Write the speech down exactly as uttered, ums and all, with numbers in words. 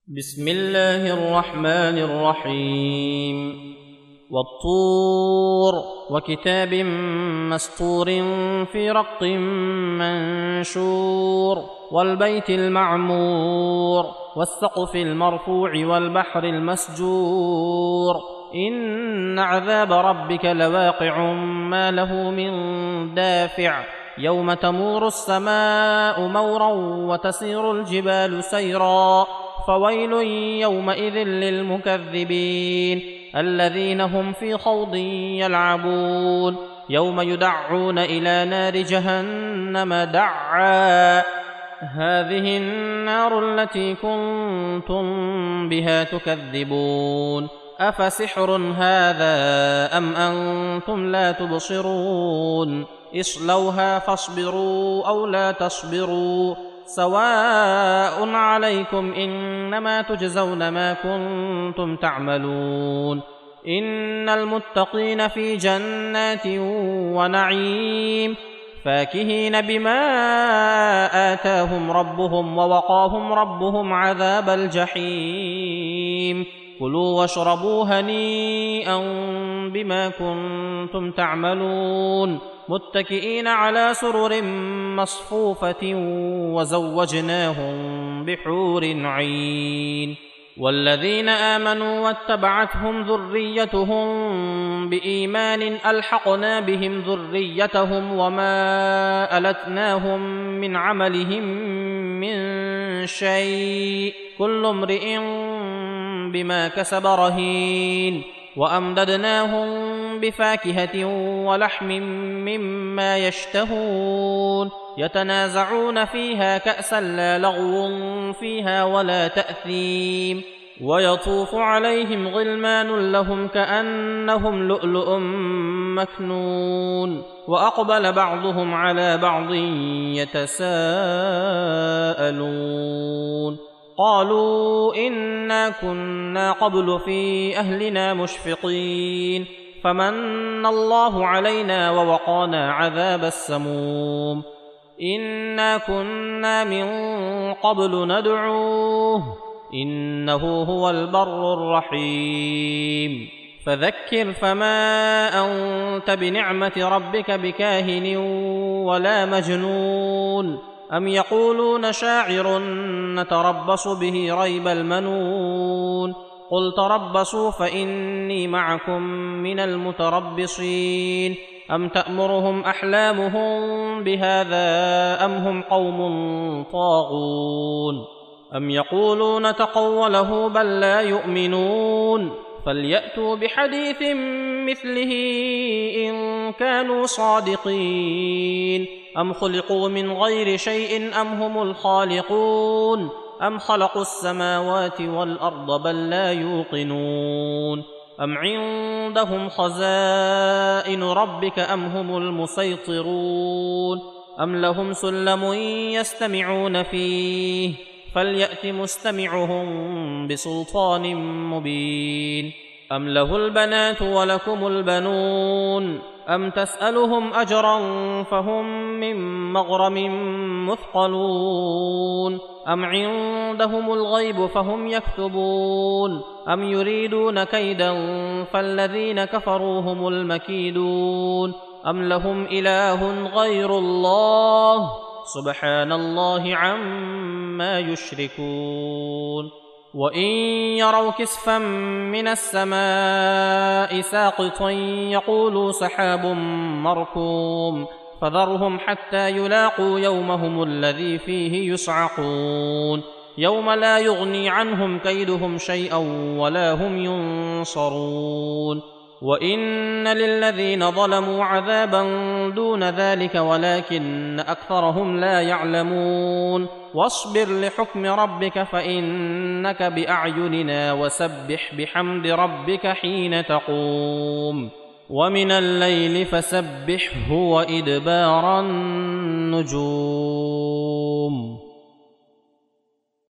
بسم الله الرحمن الرحيم والطور وكتاب مسطور في رق منشور والبيت المعمور والسقف المرفوع والبحر المسجور إن عذاب ربك لواقع ما له من دافع يوم تمور السماء مورا وتسير الجبال سيرا فويل يومئذ للمكذبين الذين هم في خوض يلعبون يوم يدعون إلى نار جهنم دعا هذه النار التي كنتم بها تكذبون أفسحر هذا أم أنتم لا تبصرون اصلوها فاصبروا أو لا تصبروا سواء عليكم إنما تجزون ما كنتم تعملون إن المتقين في جنات ونعيم فاكهين بما آتاهم ربهم ووقاهم ربهم عذاب الجحيم كلوا واشربوا هنيئا بما كنتم تعملون متكئين على سرر مصفوفة وزوجناهم بحور عين والذين آمنوا واتبعتهم ذريتهم بإيمان ألحقنا بهم ذريتهم وما ألتناهم من عملهم من شيء كل امرئ بما كسب رهين وأمددناهم بفاكهة ولحم مما يشتهون يتنازعون فيها كأسا لا لغو فيها ولا تأثيم ويطوف عليهم غلمان لهم كأنهم لؤلؤ مكنون وأقبل بعضهم على بعض يتساءلون قالوا إنا كنا قبل في أهلنا مشفقين فمن الله علينا ووقانا عذاب السموم إنا كنا من قبل ندعوه إنه هو البر الرحيم فذكر فما أنت بنعمة ربك بكاهن ولا مجنون أم يقولون شاعر نتربص به ريب المنون قل تربصوا فإني معكم من المتربصين أم تأمرهم أحلامهم بهذا أم هم قوم طاغون أم يقولون تقوله بل لا يؤمنون فليأتوا بحديث مثله إن كانوا صادقين أم خلقوا من غير شيء أم هم الخالقون أم خلقوا السماوات والأرض بل لا يوقنون أم عندهم خزائن ربك أم هم المسيطرون أم لهم سلم يستمعون فيه فليأت مستمعهم بسلطان مبين أم له البنات ولكم البنون أم تسألهم أجرا فهم من مغرم مثقلون أم عندهم الغيب فهم يكتبون أم يريدون كيدا فالذين كفروا هم المكيدون أم لهم إله غير الله سبحان الله عما يشركون وإن يروا كسفا من السماء ساقطا يقولوا سحاب مركوم فذرهم حتى يلاقوا يومهم الذي فيه يصعقون يوم لا يغني عنهم كيدهم شيئا ولا هم ينصرون وإن للذين ظلموا عذابا دون ذلك ولكن أكثرهم لا يعلمون واصبر لحكم ربك فإنك بأعيننا وسبح بحمد ربك حين تقوم ومن الليل فسبحه وإدبار النجوم